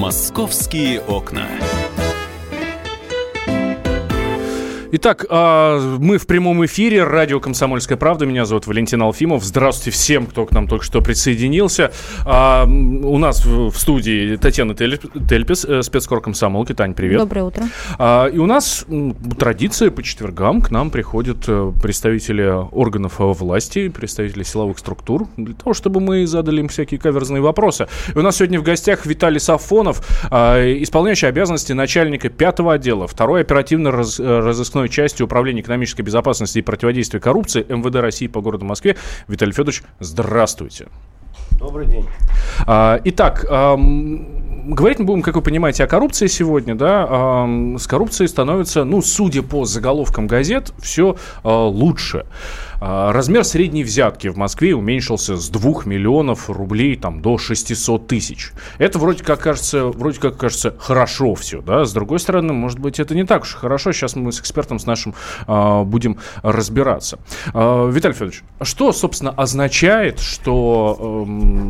«Московские окна». Итак, мы в прямом эфире. Радио «Комсомольская правда». Меня зовут Валентин Алфимов. Здравствуйте всем, кто к нам только что присоединился. У нас в студии Татьяна Тельпес, спецкор комсомолки. Тань, привет. Доброе утро. И у нас традиция: по четвергам к нам приходят представители органов власти, представители силовых структур, для того, чтобы мы задали им всякие каверзные вопросы. И у нас сегодня в гостях Виталий Сафонов, исполняющий обязанности начальника 5-го отдела 2-й оперативно-розыскной части Управления экономической безопасности и противодействия коррупции МВД России по городу Москве. Виталий Федорович, здравствуйте. Добрый день. Итак, говорить мы будем, как вы понимаете, о коррупции сегодня, да. С коррупцией становится, судя по заголовкам газет, все лучше. Размер средней взятки в Москве уменьшился с 2 миллионов рублей до 600 тысяч. Это вроде как кажется хорошо все, да. С другой стороны, может быть, это не так уж хорошо. Сейчас мы с экспертом с нашим будем разбираться. Виталий Федорович, что, собственно, означает, что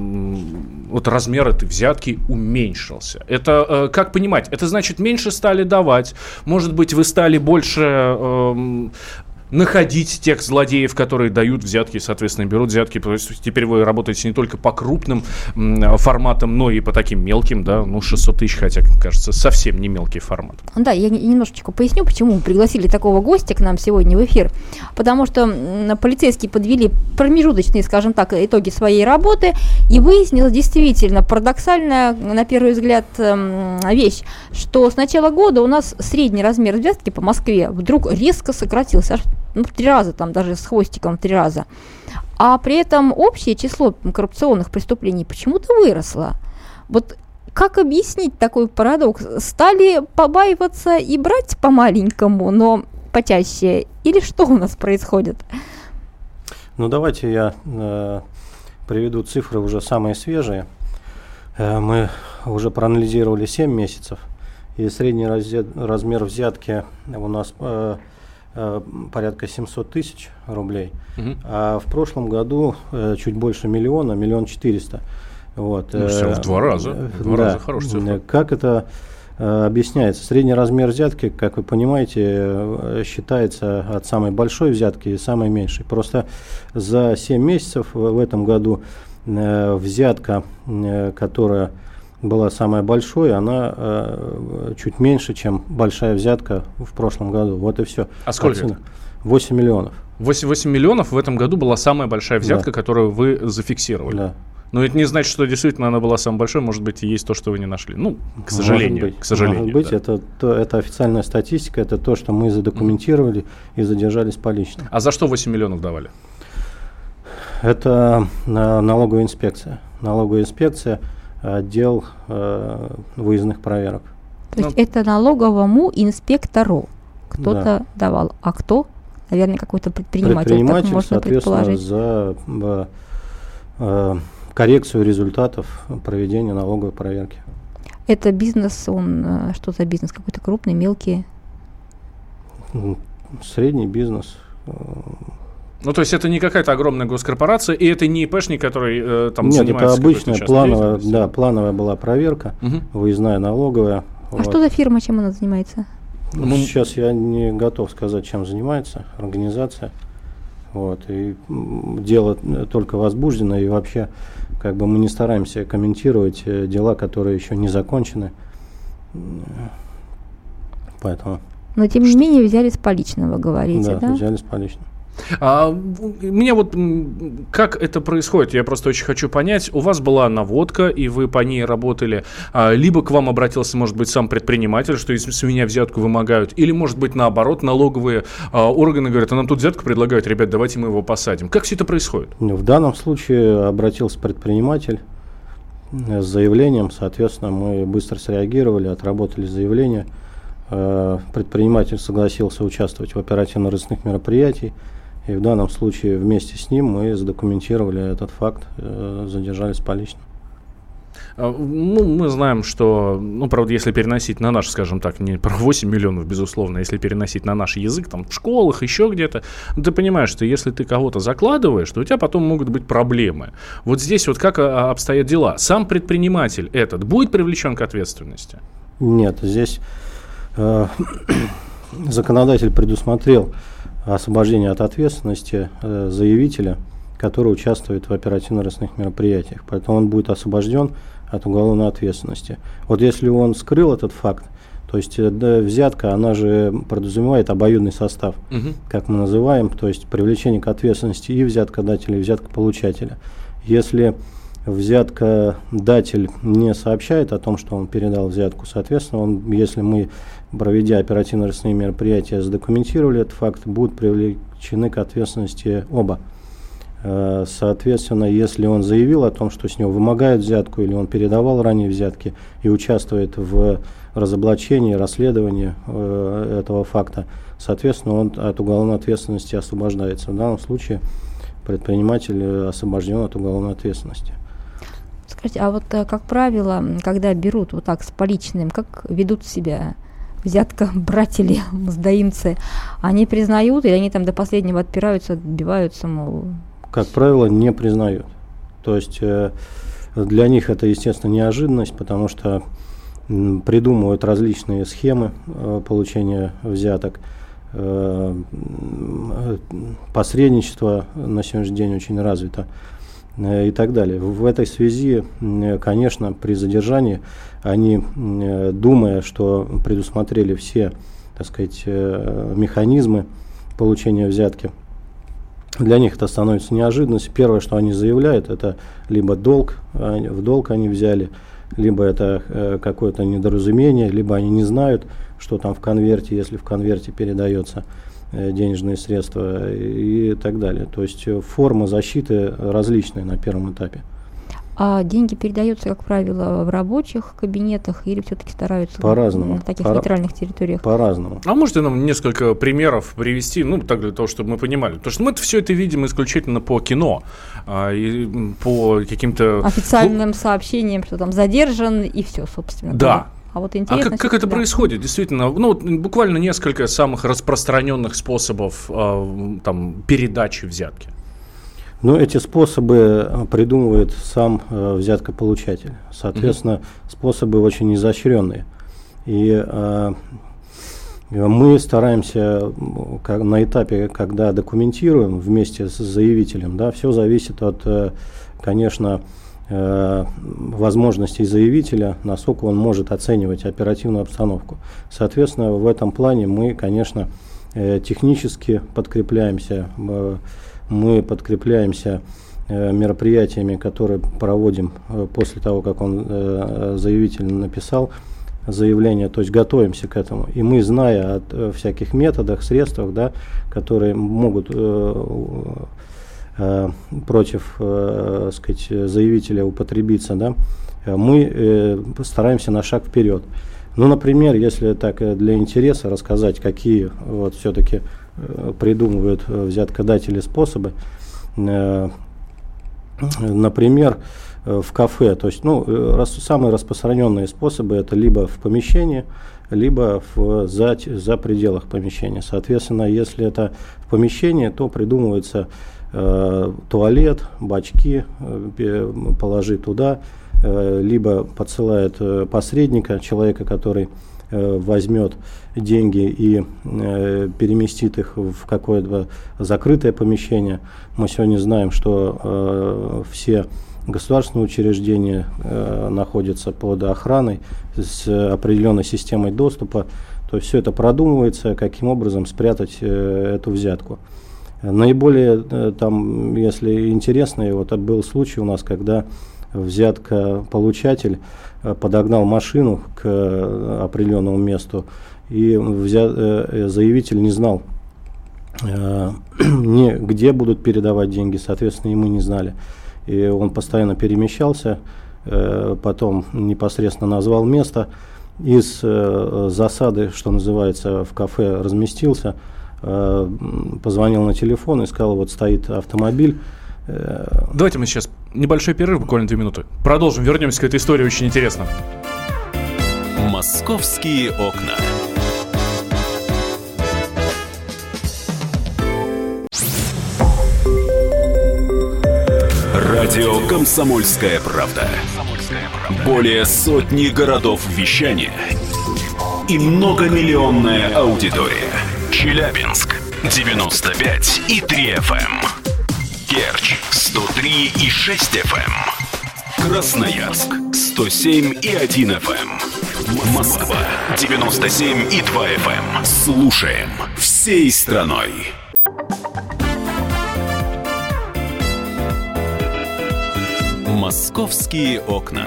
размер этой взятки уменьшился? Это как понимать? Это значит, меньше стали давать? Может быть, вы стали больше находить тех злодеев, которые дают взятки, соответственно, берут взятки. То есть теперь вы работаете не только по крупным форматам, но и по таким мелким, да, 600 тысяч, хотя, кажется, совсем не мелкий формат. Да, я немножечко поясню, почему мы пригласили такого гостя к нам сегодня в эфир. Потому что полицейские подвели промежуточные, скажем так, итоги своей работы, и выяснилось действительно парадоксальная, на первый взгляд, вещь, что с начала года у нас средний размер взятки по Москве вдруг резко сократился, аж в 3 раза, даже с хвостиком в 3 раза. А при этом общее число коррупционных преступлений почему-то выросло. Вот как объяснить такой парадокс? Стали побаиваться и брать по-маленькому, но почаще? Или что у нас происходит? Давайте я приведу цифры уже самые свежие. Мы уже проанализировали 7 месяцев, и средний размер взятки у нас порядка 700 тысяч рублей, а в прошлом году чуть больше миллиона, 1 400 000. Все в 2 раза. В 2 раза хорошая цифра. Как это объясняется? Средний размер взятки, как вы понимаете, считается от самой большой взятки и самой меньшей. Просто за 7 месяцев в этом году взятка, которая была самая большая, она чуть меньше, чем большая взятка в прошлом году. Вот и все. А сколько? 8 миллионов. 8 миллионов в этом году была самая большая взятка, которую вы зафиксировали. Да. Но это не значит, что действительно она была самой большой. Может быть, и есть то, что вы не нашли. К сожалению. Может быть, да. это официальная статистика, это то, что мы задокументировали и задержались по личному. А за что 8 миллионов давали? Это налоговая инспекция. Налоговая инспекция, отдел выездных проверок. То есть это налоговому инспектору кто-то давал. А кто? Наверное, какой-то предприниматель, так можно предположить. За коррекцию результатов проведения налоговой проверки. Это бизнес, что за бизнес? Какой-то крупный, мелкий? Средний бизнес. То есть это не какая-то огромная госкорпорация, и это не ИПшник, который Нет, занимается... Нет, это обычная плановая была проверка, выездная налоговая. А что за фирма, чем она занимается? Сейчас я не готов сказать, чем занимается организация. И дело только возбуждено, и вообще мы не стараемся комментировать дела, которые еще не закончены. Поэтому... Но тем не менее взяли с поличного, говорите, да? Да, взяли с поличного. Меня как это происходит, я просто очень хочу понять. У вас была наводка, и вы по ней работали, либо к вам обратился, может быть, сам предприниматель, что с меня взятку вымогают, или, может быть, наоборот, налоговые органы говорят, нам тут взятку предлагают, ребят, давайте мы его посадим. Как все это происходит? В данном случае обратился предприниматель с заявлением, соответственно, мы быстро среагировали, отработали заявление. Предприниматель согласился участвовать в оперативно-розыскных мероприятиях. И в данном случае вместе с ним мы задокументировали этот факт, задержались по личному. Ну, мы знаем, что, ну, правда, если переносить на наш, скажем так, не про 8 миллионов, безусловно, если переносить на наш язык, там, в школах, еще где-то, ты понимаешь, что если ты кого-то закладываешь, то у тебя потом могут быть проблемы. Вот здесь вот как обстоят дела? Сам предприниматель этот будет привлечен к ответственности? Нет, здесь законодатель предусмотрел освобождение от ответственности заявителя, который участвует в оперативно-розыскных мероприятиях. Поэтому он будет освобожден от уголовной ответственности. Вот если он скрыл этот факт, то есть взятка, она же подразумевает обоюдный состав, как мы называем, то есть привлечение к ответственности и взяткодателя, и взяткополучателя. Если взяткодатель не сообщает о том, что он передал взятку, соответственно, если мы, проведя оперативно-розыскные мероприятия, задокументировали этот факт, будут привлечены к ответственности оба. Соответственно, если он заявил о том, что с него вымогают взятку, или он передавал ранее взятки и участвует в разоблачении, расследовании этого факта, соответственно, он от уголовной ответственности освобождается. В данном случае предприниматель освобожден от уголовной ответственности. Скажите, а вот, как правило, когда берут вот так с поличным, как ведут себя взяткобратели, мздоимцы? Они признают или они там до последнего отпираются, отбиваются, мол... Как правило, не признают. То есть для них это, естественно, неожиданность, потому что придумывают различные схемы получения взяток. Посредничество на сегодняшний день очень развито и так далее. В этой связи, конечно, при задержании они, думая, что предусмотрели все, так сказать, механизмы получения взятки, для них это становится неожиданностью. Первое, что они заявляют, это либо долг, в долг они взяли, либо это какое-то недоразумение, либо они не знают, что там в конверте, если в конверте передается денежные средства и так далее. То есть форма защиты различная на первом этапе. А деньги передаются, как правило, в рабочих кабинетах или все-таки стараются по-разному, на таких нейтральных территориях? По-разному. А можете нам несколько примеров привести, ну, так для того, чтобы мы понимали? Потому что мы все это видим исключительно по кино, и по каким-то... Официальным сообщениям, что там задержан, и все, собственно. Да. А вот интересно, как это происходит? Действительно, ну, буквально несколько самых распространенных способов там, передачи взятки. Ну, эти способы придумывает сам взяткополучатель. Соответственно, способы очень изощренные. И мы стараемся на этапе, когда документируем вместе с заявителем, да, все зависит от, конечно, возможностей заявителя, насколько он может оценивать оперативную обстановку. Соответственно, в этом плане мы, конечно, технически подкрепляемся. Мы подкрепляемся мероприятиями, которые проводим после того, как он, заявитель, написал заявление, то есть готовимся к этому. И мы, зная о всяких методах, средствах, да, которые могут против, сказать, заявителя употребиться, да, мы стараемся на шаг вперед. Ну, например, если так для интереса рассказать, какие вот все-таки придумывают взяткодатели способы, например, в кафе, то есть, ну, самые распространенные способы это либо в помещении, либо за пределах помещения. Соответственно, если это в помещении, то придумывается туалет, бачки, положить туда, либо подсылает посредника, человека, который возьмет деньги и переместит их в какое-то закрытое помещение. Мы сегодня знаем, что все государственные учреждения находятся под охраной с определенной системой доступа. То есть все это продумывается, каким образом спрятать эту взятку. Наиболее, там, если интересно, вот был случай у нас, когда взяткополучатель подогнал машину к определенному месту, и заявитель не знал, где будут передавать деньги, соответственно, и мы не знали. И он постоянно перемещался, потом непосредственно назвал место, из засады, что называется, в кафе разместился, позвонил на телефон и сказал, вот стоит автомобиль, Давайте мы сейчас небольшой перерыв, буквально 2 минуты. Продолжим, вернемся к этой истории, очень интересно. «Московские окна». Радио «Комсомольская правда». Более сотни городов вещания и многомиллионная аудитория. Челябинск 95,3 FM. Керчь 103,6 FM. Красноярск 107,1 FM. Москва 97,2 FM. Слушаем всей страной. «Московские окна».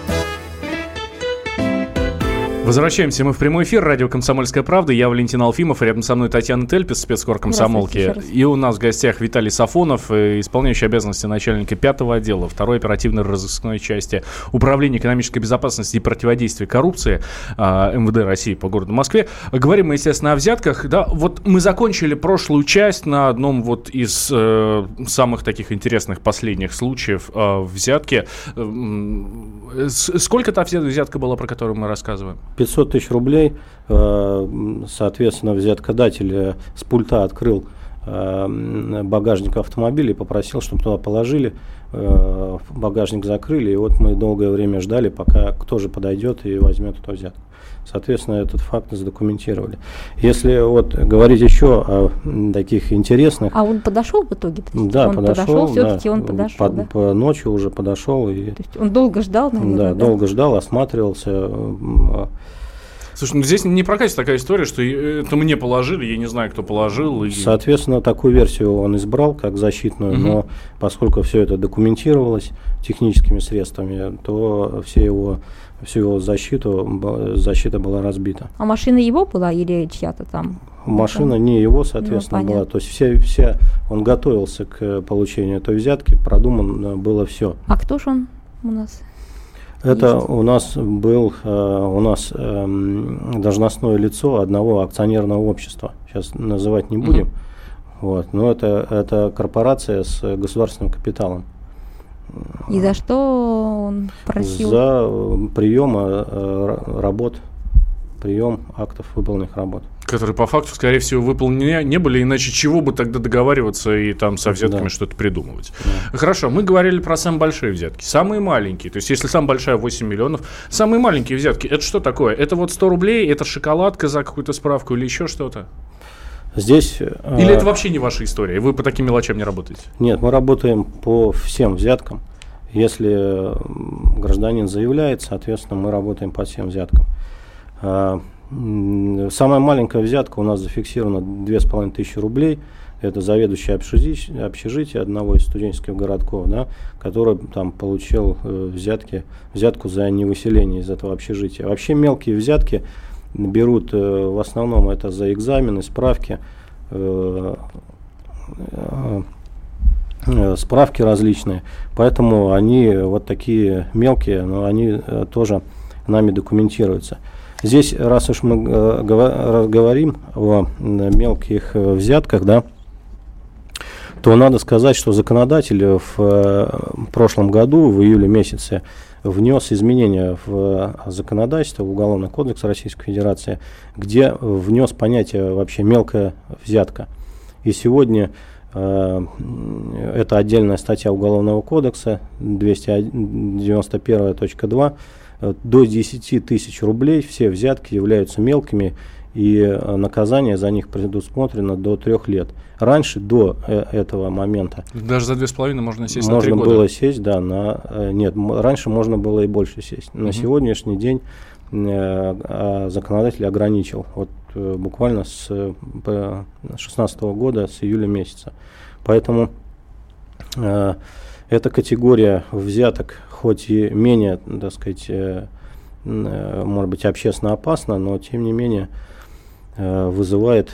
Возвращаемся мы в прямой эфир. Радио «Комсомольская правда». Я Валентин Алфимов. Рядом со мной Татьяна Тельпес, спецкор комсомолки. И у нас в гостях Виталий Сафонов, исполняющий обязанности начальника 5-го отдела 2-й оперативно-розыскной части Управления экономической безопасности и противодействия коррупции МВД России по городу Москве. Говорим мы, естественно, о взятках. Да, вот мы закончили прошлую часть на одном вот из самых таких интересных последних случаев взятки. Сколько та взятка была, про которую мы рассказываем? 500 тысяч рублей, соответственно, взяткодатель с пульта открыл багажник автомобиля и попросил, чтобы туда положили, багажник закрыли, и вот мы долгое время ждали, пока кто же подойдет и возьмет эту взятку. Соответственно, этот факт задокументировали. Если вот говорить еще о таких интересных... А он подошел в итоге? Да, он подошел. Все-таки он подошел, да? По ночью уже подошел. И... То есть он долго ждал, наверное? Да, долго ждал, осматривался. Слушай, ну здесь не прокатит такая история, что это мне положили, я не знаю, кто положил. И... Соответственно, такую версию он избрал как защитную, но поскольку все это документировалось техническими средствами, то всю его защита была разбита. А машина его была или чья-то там? Машина не его, соответственно, была. То есть он готовился к получению этой взятки, продумано было все. А кто же он у нас? Это у нас был должностное лицо одного акционерного общества. Сейчас называть не будем. Вот. Но это корпорация с государственным капиталом. И за что он просил? За прием актов выполненных работ. Которые по факту, скорее всего, выполнены не были, иначе чего бы тогда договариваться и там со взятками что-то придумывать. Да. Хорошо, мы говорили про самые большие взятки. Самые маленькие, то есть если самая большая 8 миллионов, самые маленькие взятки, это что такое? Это вот 100 рублей, это шоколадка за какую-то справку или еще что-то? Здесь... Или это вообще не ваша история, вы по таким мелочам не работаете? Нет, мы работаем по всем взяткам. Если гражданин заявляет, соответственно, мы работаем по всем взяткам. Самая маленькая взятка у нас зафиксирована 2500 рублей. Это заведующий общежития одного из студенческих городков, да, который там получил взятку за невыселение из этого общежития. Вообще мелкие взятки берут в основном это за экзамены, справки различные. Поэтому они вот такие мелкие, но они тоже нами документируются. Здесь, раз уж мы говорим о мелких взятках, да, то надо сказать, что законодатель в прошлом году, в июле месяце, внес изменения в законодательство, в Уголовный кодекс Российской Федерации, где внес понятие вообще мелкая взятка. И сегодня это отдельная статья Уголовного кодекса 291.2. До 10 тысяч рублей все взятки являются мелкими, и наказание за них предусмотрено до 3 лет. Раньше, до этого момента... Даже за 2,5 можно сесть на 3 года? Можно было сесть, да. Нет, раньше можно было и больше сесть. На сегодняшний день законодатель ограничил. Вот буквально с 2016 года, с июля месяца. Поэтому эта категория взяток, хоть и менее, так сказать, может быть, общественно опасна, но тем не менее вызывает...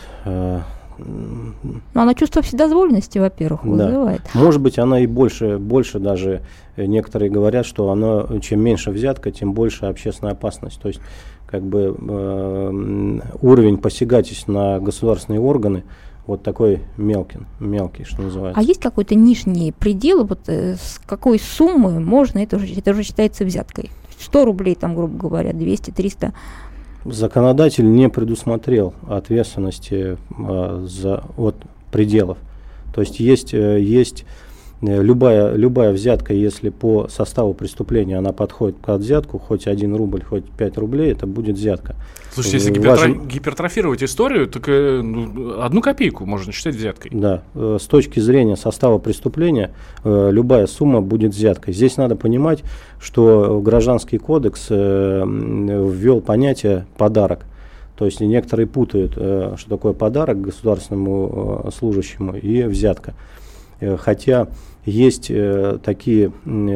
Но она чувство вседозволенности, во-первых, вызывает. Да. Может быть, она и больше даже, некоторые говорят, что она, чем меньше взятка, тем больше общественная опасность. То есть, как бы, уровень посягательств на государственные органы, вот такой мелкий, что называется. А есть какой-то нижний предел, вот с какой суммы можно, это уже считается взяткой? 100 рублей, там, грубо говоря, 200, 300? Законодатель не предусмотрел ответственности от пределов. То есть есть любая взятка, если по составу преступления она подходит под взятку, хоть 1 рубль, хоть 5 рублей, это будет взятка. Слушайте, если гипертрофировать историю, так одну копейку можно считать взяткой. Да, с точки зрения состава преступления любая сумма будет взяткой. Здесь надо понимать, что Гражданский кодекс ввел понятие «подарок». То есть некоторые путают, что такое подарок государственному служащему и взятка. Хотя есть такие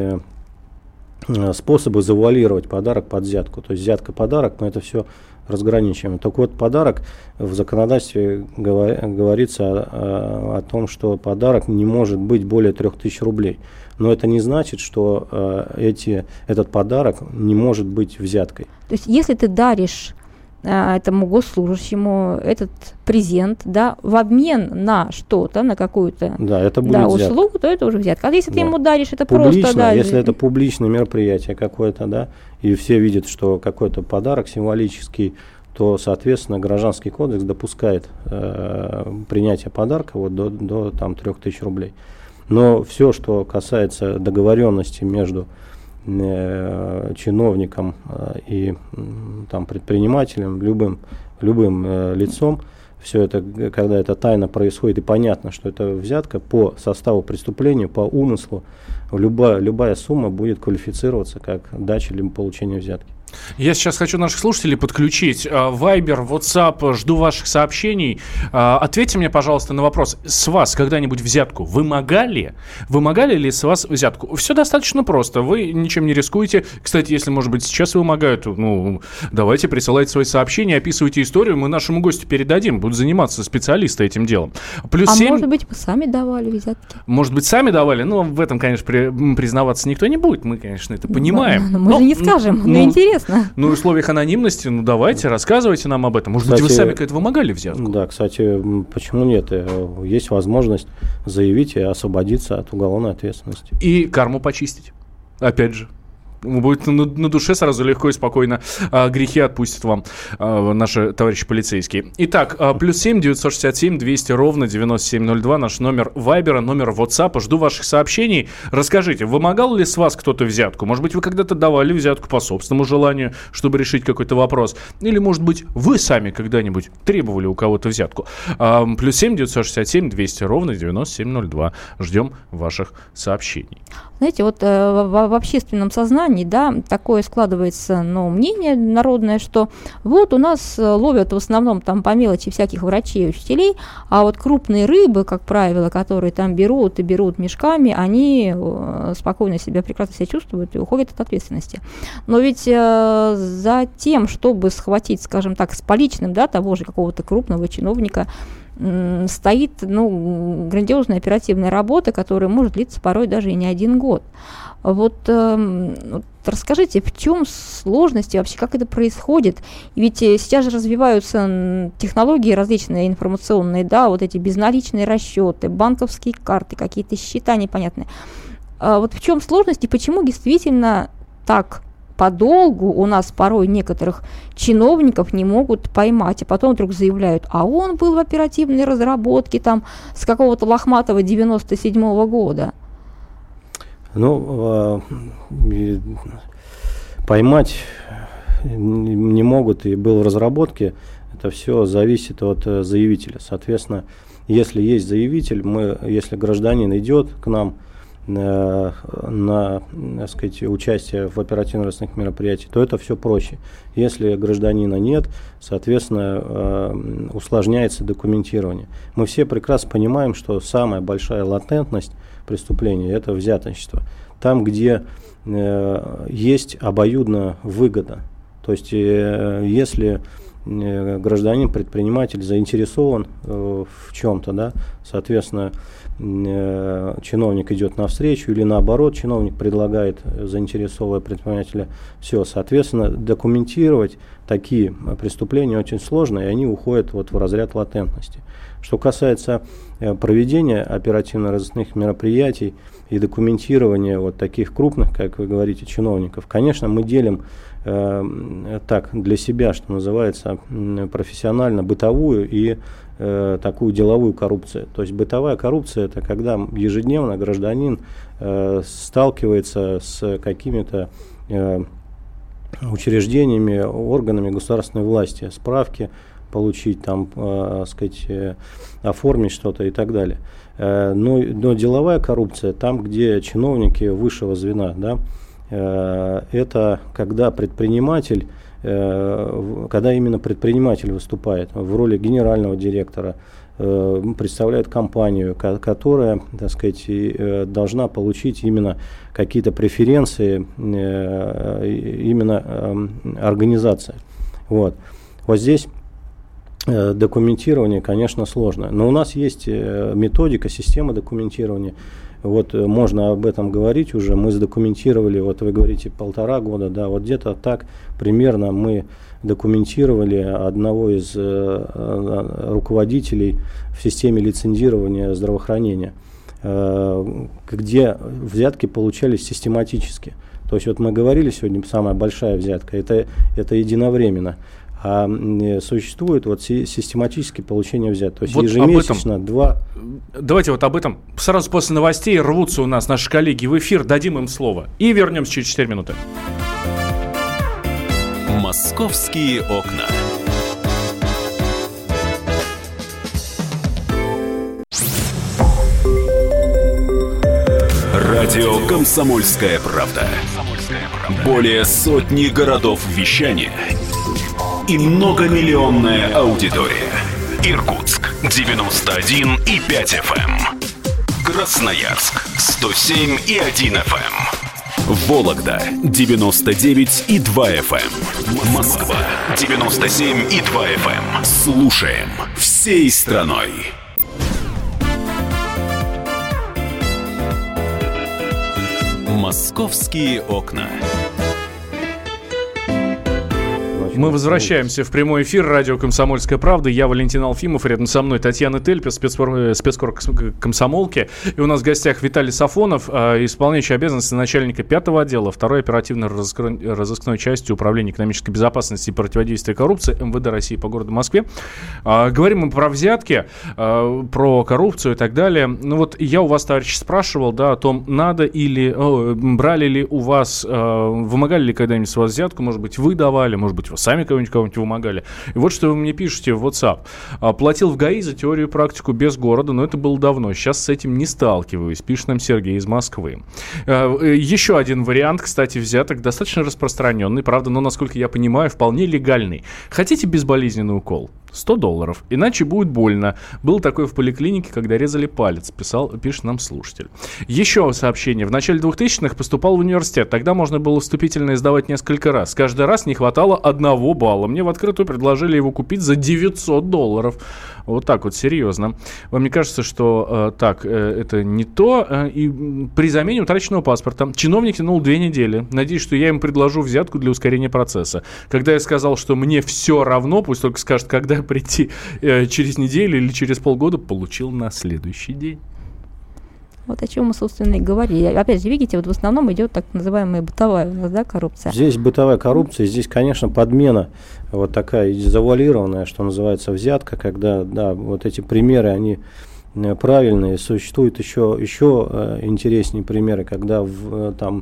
способы завуалировать подарок под взятку. То есть взятка-подарок, мы это все разграничиваем. Так вот, подарок в законодательстве говорится о том, что подарок не может быть более 3000 рублей. Но это не значит, что этот подарок не может быть взяткой. То есть если ты даришь этому госслужащему этот презент, да, в обмен на что-то, на какую-то это будет услугу, то это уже взятка. А если ты ему даришь это публично, просто... Да, если это публичное мероприятие какое-то, да, и все видят, что какой-то подарок символический, то, соответственно, Гражданский кодекс допускает принятие подарка вот до 3000 рублей. Но все, что касается договоренности между чиновником и предпринимателем, любым лицом, все это, когда это тайно происходит и понятно, что это взятка по составу преступления, по умыслу, любая сумма будет квалифицироваться как дача либо получение взятки. Я сейчас хочу наших слушателей подключить. Вайбер, WhatsApp, жду ваших сообщений. Ответьте мне, пожалуйста, на вопрос. С вас когда-нибудь взятку вымогали? Вымогали ли с вас взятку? Все достаточно просто. Вы ничем не рискуете. Кстати, если, может быть, сейчас вымогают, давайте присылайте свои сообщения, описывайте историю, мы нашему гостю передадим. Будут заниматься специалисты этим делом. Может быть, вы сами давали взятки? Может быть, сами давали? Но в этом, конечно, признаваться никто не будет. Мы, конечно, это понимаем. Мы же не скажем, но интересно. В условиях анонимности, давайте, рассказывайте нам об этом. Может быть, вы сами как-то вымогали взятку? Да, кстати, почему нет? Есть возможность заявить и освободиться от уголовной ответственности. И карму почистить, опять же. Будет на душе сразу легко и спокойно. Грехи отпустят вам наши товарищи полицейские. Итак, +7 967 200 ровно 9702. Наш номер Вайбера, номер WhatsApp. Жду ваших сообщений. Расскажите, вымогал ли с вас кто-то взятку? Может быть, вы когда-то давали взятку по собственному желанию, чтобы решить какой-то вопрос? Или, может быть, вы сами когда-нибудь требовали у кого-то взятку? +7 967 200 ровно 9702. Ждем ваших сообщений. Знаете, вот в общественном сознании, да, такое складывается, мнение народное, что вот у нас ловят в основном там по мелочи всяких врачей и учителей, а вот крупные рыбы, как правило, которые там берут мешками, они спокойно прекрасно себя чувствуют и уходят от ответственности. Но ведь за тем, чтобы схватить, скажем так, с поличным, да, того же какого-то крупного чиновника, стоит грандиозная оперативная работа, которая может длиться порой даже и не 1 год. Вот расскажите, в чем сложности вообще, как это происходит? Ведь сейчас же развиваются технологии различные информационные, да, вот эти безналичные расчеты, банковские карты, какие-то счета непонятные. Вот в чем сложность и почему действительно так подолгу у нас порой некоторых чиновников не могут поймать, а потом вдруг заявляют, а он был в оперативной разработке там с какого-то лохматого 97-го года. Поймать не могут и был в разработке, это все зависит от заявителя. Соответственно, если есть заявитель, если гражданин идет к нам на участие в оперативно-розыскных мероприятиях, то это все проще. Если гражданина нет, соответственно, усложняется документирование. Мы все прекрасно понимаем, что самая большая латентность преступления – это взяточничество. Там, где есть обоюдная выгода. То есть, если гражданин, предприниматель заинтересован в чем-то, да, соответственно, чиновник идет навстречу или наоборот, чиновник предлагает заинтересованного предпринимателя все. Соответственно, документировать такие преступления очень сложно, и они уходят вот в разряд латентности. Что касается проведения оперативно-розыскных мероприятий и документирования вот таких крупных, как вы говорите, чиновников, конечно, мы делим так для себя, что называется, профессионально бытовую и такую деловую коррупцию. То есть бытовая коррупция — это когда ежедневно гражданин сталкивается с какими-то учреждениями, органами государственной власти, справки получить, там, оформить что-то и так далее. Но деловая коррупция, там, где чиновники высшего звена, да, это когда предприниматель, когда именно предприниматель выступает в роли генерального директора, представляет компанию, которая, так сказать, должна получить именно какие-то преференции, именно организация. Вот здесь документирование, конечно, сложно. Но у нас есть методика, система документирования. Вот можно об этом говорить уже. Мы задокументировали, вот вы говорите, 1,5 года, да, вот где-то так примерно мы документировали одного из руководителей в системе лицензирования здравоохранения, где взятки получались систематически. То есть вот мы говорили сегодня, самая большая взятка, это единовременно. А существует вот систематическое получение взяток. То есть вот ежемесячно Давайте вот об этом сразу после новостей рвутся у нас наши коллеги в эфир, дадим им слово. И вернемся через 4 минуты. «Московские окна». Радио «Комсомольская правда». Более сотни городов вещания и многомиллионная аудитория. Иркутск 91,5 FM. Красноярск 107,1 FM. Вологда 99,2 FM. Москва 97,2 FM. Слушаем всей страной. «Московские окна». Мы возвращаемся в прямой эфир радио «Комсомольская правда». Я Валентин Алфимов, рядом со мной Татьяна Тельпи, спецкор комсомолки. И у нас в гостях Виталий Сафонов, исполняющий обязанности начальника 5-го отдела 2-й оперативно-розыскной части Управления экономической безопасности и противодействия коррупции МВД России по городу Москве. Говорим мы про взятки, про коррупцию и так далее. Ну вот я у вас, товарищ, спрашивал, да, о том, надо или брали ли у вас, вымогали ли когда-нибудь с вас взятку, может быть, вы давали, может быть, вы сами кого-нибудь вымогали. И вот что вы мне пишете в WhatsApp. Платил в ГАИ за теорию и практику без города, но это было давно. Сейчас с этим не сталкиваюсь, пишет нам Сергей из Москвы. Еще один вариант, кстати, взяток, достаточно распространенный, правда, но, насколько я понимаю, вполне легальный. Хотите безболезненный укол? $100, иначе будет больно. Было такое в поликлинике, когда резали палец, пишет нам слушатель. Еще сообщение. В начале 2000-х поступал в университет. Тогда можно было вступительное сдавать несколько раз. Каждый раз не хватало 1 балла. Мне в открытую предложили его купить за $900. Вот так вот, серьезно. Вам не кажется, что это не то? И при замене утраченного паспорта чиновник тянул 2 недели. Надеюсь, что я ему предложу взятку для ускорения процесса. Когда я сказал, что мне все равно, пусть только скажет, когда прийти, через неделю или через полгода, получил на следующий день. Вот о чем мы, собственно, и говорили. Опять же, видите, вот в основном идет так называемая бытовая у нас, да, коррупция. Здесь бытовая коррупция, здесь, конечно, подмена вот такая завуалированная, что называется, взятка, когда, да, вот эти примеры, они правильные. Существуют еще интереснее примеры, когда там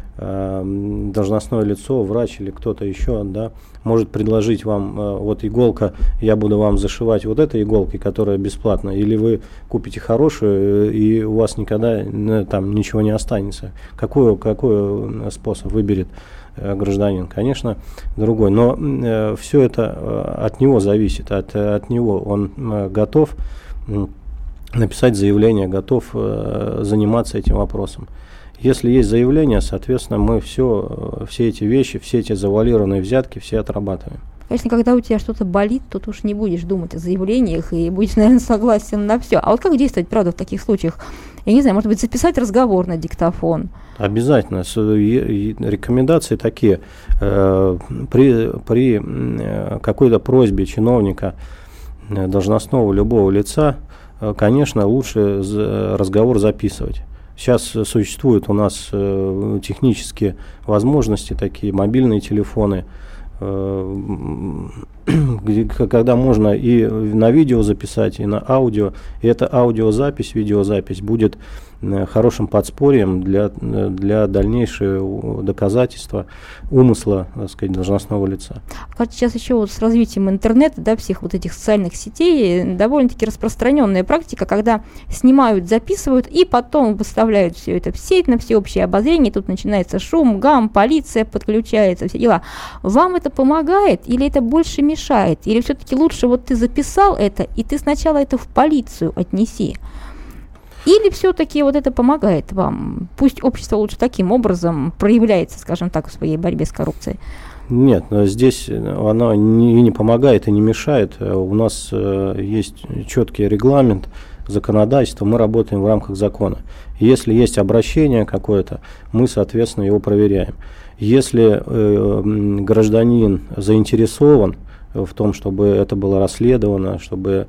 должностное лицо, врач или кто-то еще, да, может предложить вам вот иголка, я буду вам зашивать вот этой иголкой, которая бесплатна, или вы купите хорошую, и у вас никогда там ничего не останется. Какой способ выберет гражданин? Конечно, другой. Но все это от него зависит, от него. Он готов написать заявление, готов заниматься этим вопросом. Если есть заявление, соответственно, мы все эти вещи, все эти завуалированные взятки, все отрабатываем. Конечно, когда у тебя что-то болит, то ты уж не будешь думать о заявлениях и будешь, наверное, согласен на все. А вот как действовать, правда, в таких случаях? Я не знаю, может быть, записать разговор на диктофон? Обязательно. Рекомендации такие. При какой-то просьбе чиновника, должностного любого лица, конечно, лучше разговор записывать. Сейчас существуют у нас технические возможности, такие мобильные телефоны, когда можно и на видео записать, и на аудио. И эта аудиозапись, видеозапись будет хорошим подспорьем для дальнейшего доказательства умысла, так сказать, должностного лица. Кажется, сейчас еще вот с развитием интернета, да, всех вот этих социальных сетей, довольно-таки распространенная практика, когда снимают, записывают и потом выставляют все это в сеть на всеобщее обозрение. Тут начинается шум, гам, полиция подключается, все дела. Вам это помогает или это больше мешает? Или все-таки лучше вот ты записал это, и ты сначала это в полицию отнеси? Или все-таки вот это помогает вам? Пусть общество лучше таким образом проявляется, скажем так, в своей борьбе с коррупцией. Нет, здесь оно не помогает и не мешает. У нас есть четкий регламент, законодательство, мы работаем в рамках закона. Если есть обращение какое-то, мы, соответственно, его проверяем. Если гражданин заинтересован в том, чтобы это было расследовано, чтобы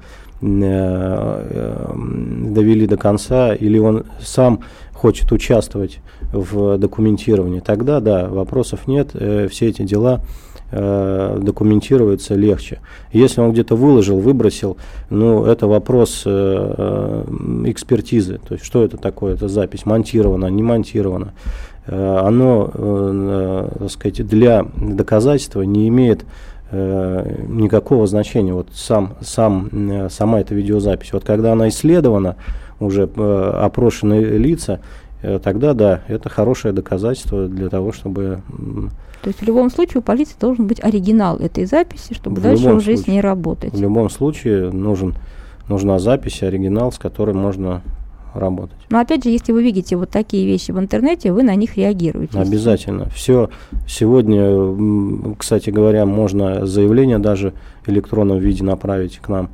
довели до конца, или он сам хочет участвовать в документировании, тогда, да, вопросов нет, все эти дела документируются легче. Если он где-то выложил, выбросил, ну, это вопрос экспертизы, то есть что это такое, это запись, монтирована, не монтирована. Оно, так сказать, для доказательства не имеет никакого значения. Вот сама эта видеозапись. Вот когда она исследована, уже опрошенные лица, тогда да, это хорошее доказательство для того, чтобы... То есть в любом случае у полиции должен быть оригинал этой записи, чтобы дальше уже с ней работать. В любом случае нужна запись, оригинал, с которой можно работать. Но опять же, если вы видите вот такие вещи в интернете, вы на них реагируете. Обязательно. Все сегодня, кстати говоря, можно заявление даже в электронном виде направить к нам.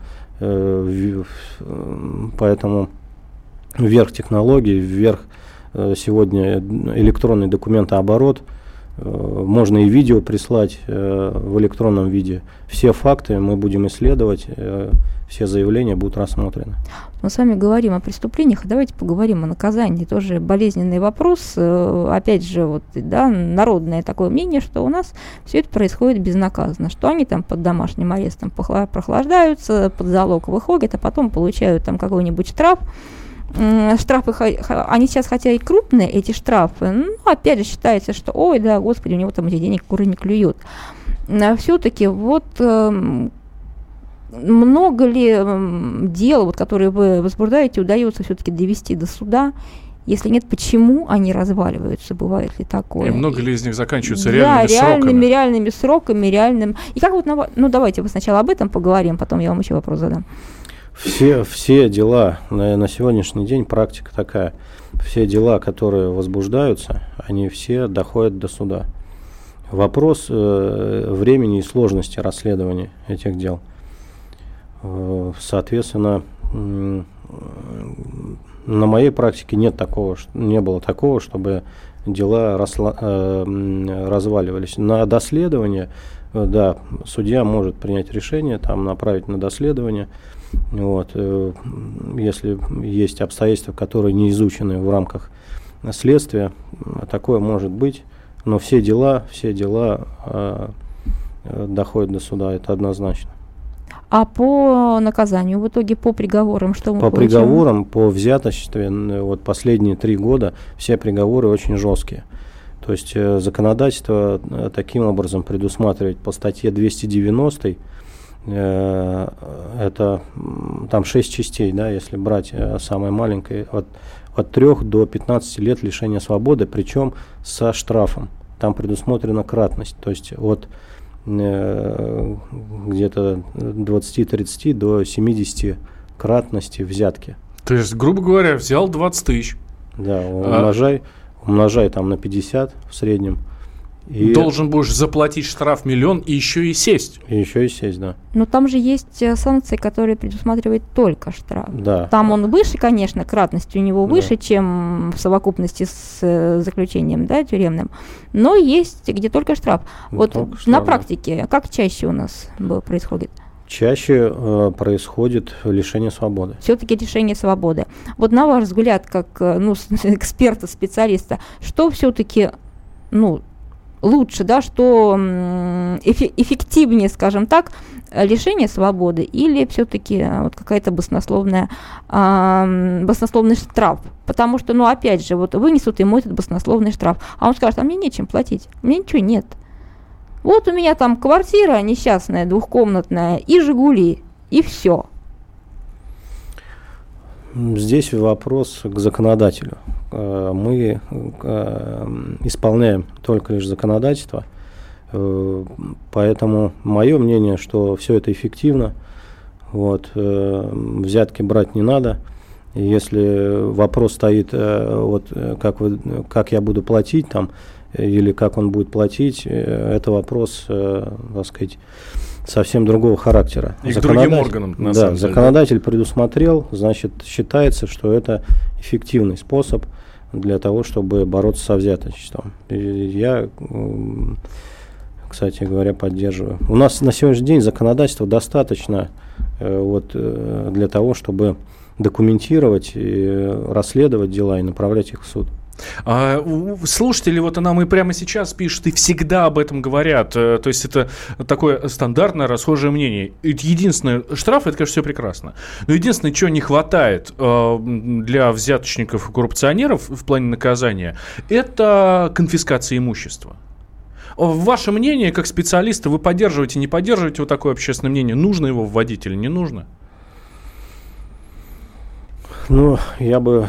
Поэтому вверх технологий, вверх сегодня электронный документооборот. Можно и видео прислать в электронном виде. Все факты мы будем исследовать, все заявления будут рассмотрены. Мы с вами говорим о преступлениях, давайте поговорим о наказании. Тоже болезненный вопрос. Опять же, вот, да, народное такое мнение, что у нас все это происходит безнаказанно, что они там под домашним арестом прохлаждаются, под залог выходят, а потом получают там какой-нибудь штраф. Штрафы, они сейчас хотя и крупные, эти штрафы, но опять же считается, что, ой, да, господи, у него там эти денег куры не клюют. Все-таки вот много ли дел, вот, которые вы возбуждаете, удается все-таки довести до суда? Если нет, почему они разваливаются? Бывает ли такое? И много ли из них заканчиваются реальными сроками? И как вот, ну давайте вы сначала об этом поговорим, потом я вам еще вопрос задам. Все дела, на сегодняшний день практика такая, все дела, которые возбуждаются, они все доходят до суда. Вопрос времени и сложности расследования этих дел. Соответственно, на моей практике не было такого, чтобы дела разваливались. На доследование, да, судья может принять решение, там, направить на доследование. Вот, если есть обстоятельства, которые не изучены в рамках следствия, такое может быть, но все дела доходят до суда, это однозначно. А по наказанию, в итоге по приговорам, что мы получаем? По приговорам, по взяточестве, вот последние 3 года все приговоры очень жесткие. То есть законодательство таким образом предусматривает по статье 290, это там 6 частей, да, если брать самое маленькое, от 3 до 15 лет лишения свободы, причем со штрафом. Там предусмотрена кратность, то есть от где-то 20-30 до 70 кратности взятки. То есть, грубо говоря, взял 20 тысяч. Да, умножай там на 50 в среднем, И должен будешь заплатить штраф 1 миллион и еще и сесть. И еще и сесть, да. Но там же есть санкции, которые предусматривают только штраф. Да. Там он выше, конечно, кратность у него выше, Да. чем в совокупности с заключением, да, тюремным. Но есть где только штраф. Вот Только штраф, на да. практике как чаще у нас происходит? Чаще происходит лишение свободы. Все-таки лишение свободы. Вот на ваш взгляд, как эксперта, специалиста, что все-таки, лучше, да, что эффективнее, скажем так, лишение свободы или все-таки вот какая-то баснословный штраф? Потому что, опять же, вот вынесут ему этот баснословный штраф, а он скажет, а мне нечем платить, у меня ничего нет. Вот у меня там квартира несчастная, двухкомнатная, и «Жигули», и все. Здесь вопрос к законодателю. Мы исполняем только лишь законодательство, поэтому мое мнение, что все это эффективно. Вот, взятки брать не надо. Если вопрос стоит, как я буду платить там, или как он будет платить, это вопрос, так сказать, совсем другого характера. И к другим органам, на самом деле. Законодатель предусмотрел, значит, считается, что это эффективный способ для того, чтобы бороться со взяточеством. И я, кстати говоря, поддерживаю. У нас на сегодняшний день законодательства достаточно для того, чтобы документировать и расследовать дела и направлять их в суд. Слушатели нам и прямо сейчас пишут, и всегда об этом говорят. То есть это такое стандартное, расхожее мнение. Единственное, штраф, это, конечно, все прекрасно. Но единственное, чего не хватает для взяточников и коррупционеров в плане наказания, это конфискация имущества. Ваше мнение, как специалиста, вы поддерживаете, не поддерживаете вот такое общественное мнение? Нужно его вводить или не нужно? Я бы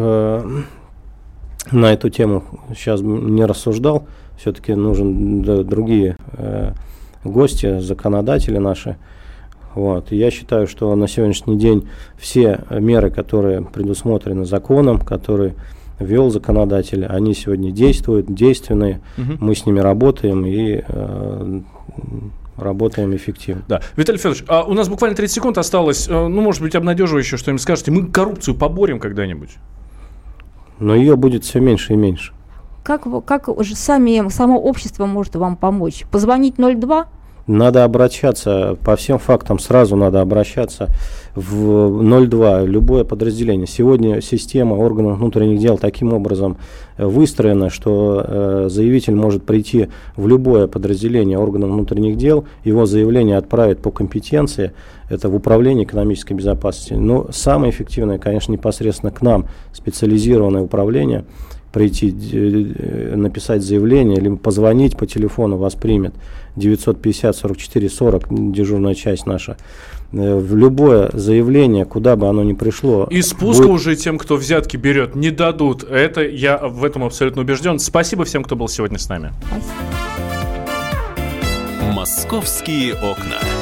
на эту тему сейчас не рассуждал. Все-таки нужны другие гости, законодатели наши. Вот. Я считаю, что на сегодняшний день все меры, которые предусмотрены законом, которые ввел законодатель, они сегодня действуют, действенные. Мы с ними работаем и работаем эффективно. Да. Виталий Федорович, у нас буквально 30 секунд осталось. Может быть, обнадеживающе что-нибудь скажете. Мы коррупцию поборем когда-нибудь? Но ее будет все меньше и меньше. Как уже само общество может вам помочь? Позвонить 02? Надо обращаться по всем фактам, сразу надо обращаться в 02, любое подразделение. Сегодня система органов внутренних дел таким образом выстроена, что заявитель может прийти в любое подразделение органов внутренних дел, его заявление отправить по компетенции, это в управление экономической безопасности. Но самое эффективное, конечно, непосредственно к нам, специализированное управление, прийти, написать заявление, либо позвонить по телефону, вас примет 950-44-40, дежурная часть наша. В любое заявление, куда бы оно ни пришло. И спуска уже тем, кто взятки берет, не дадут. Это я в этом абсолютно убежден. Спасибо всем, кто был сегодня с нами. Спасибо. «Московские окна».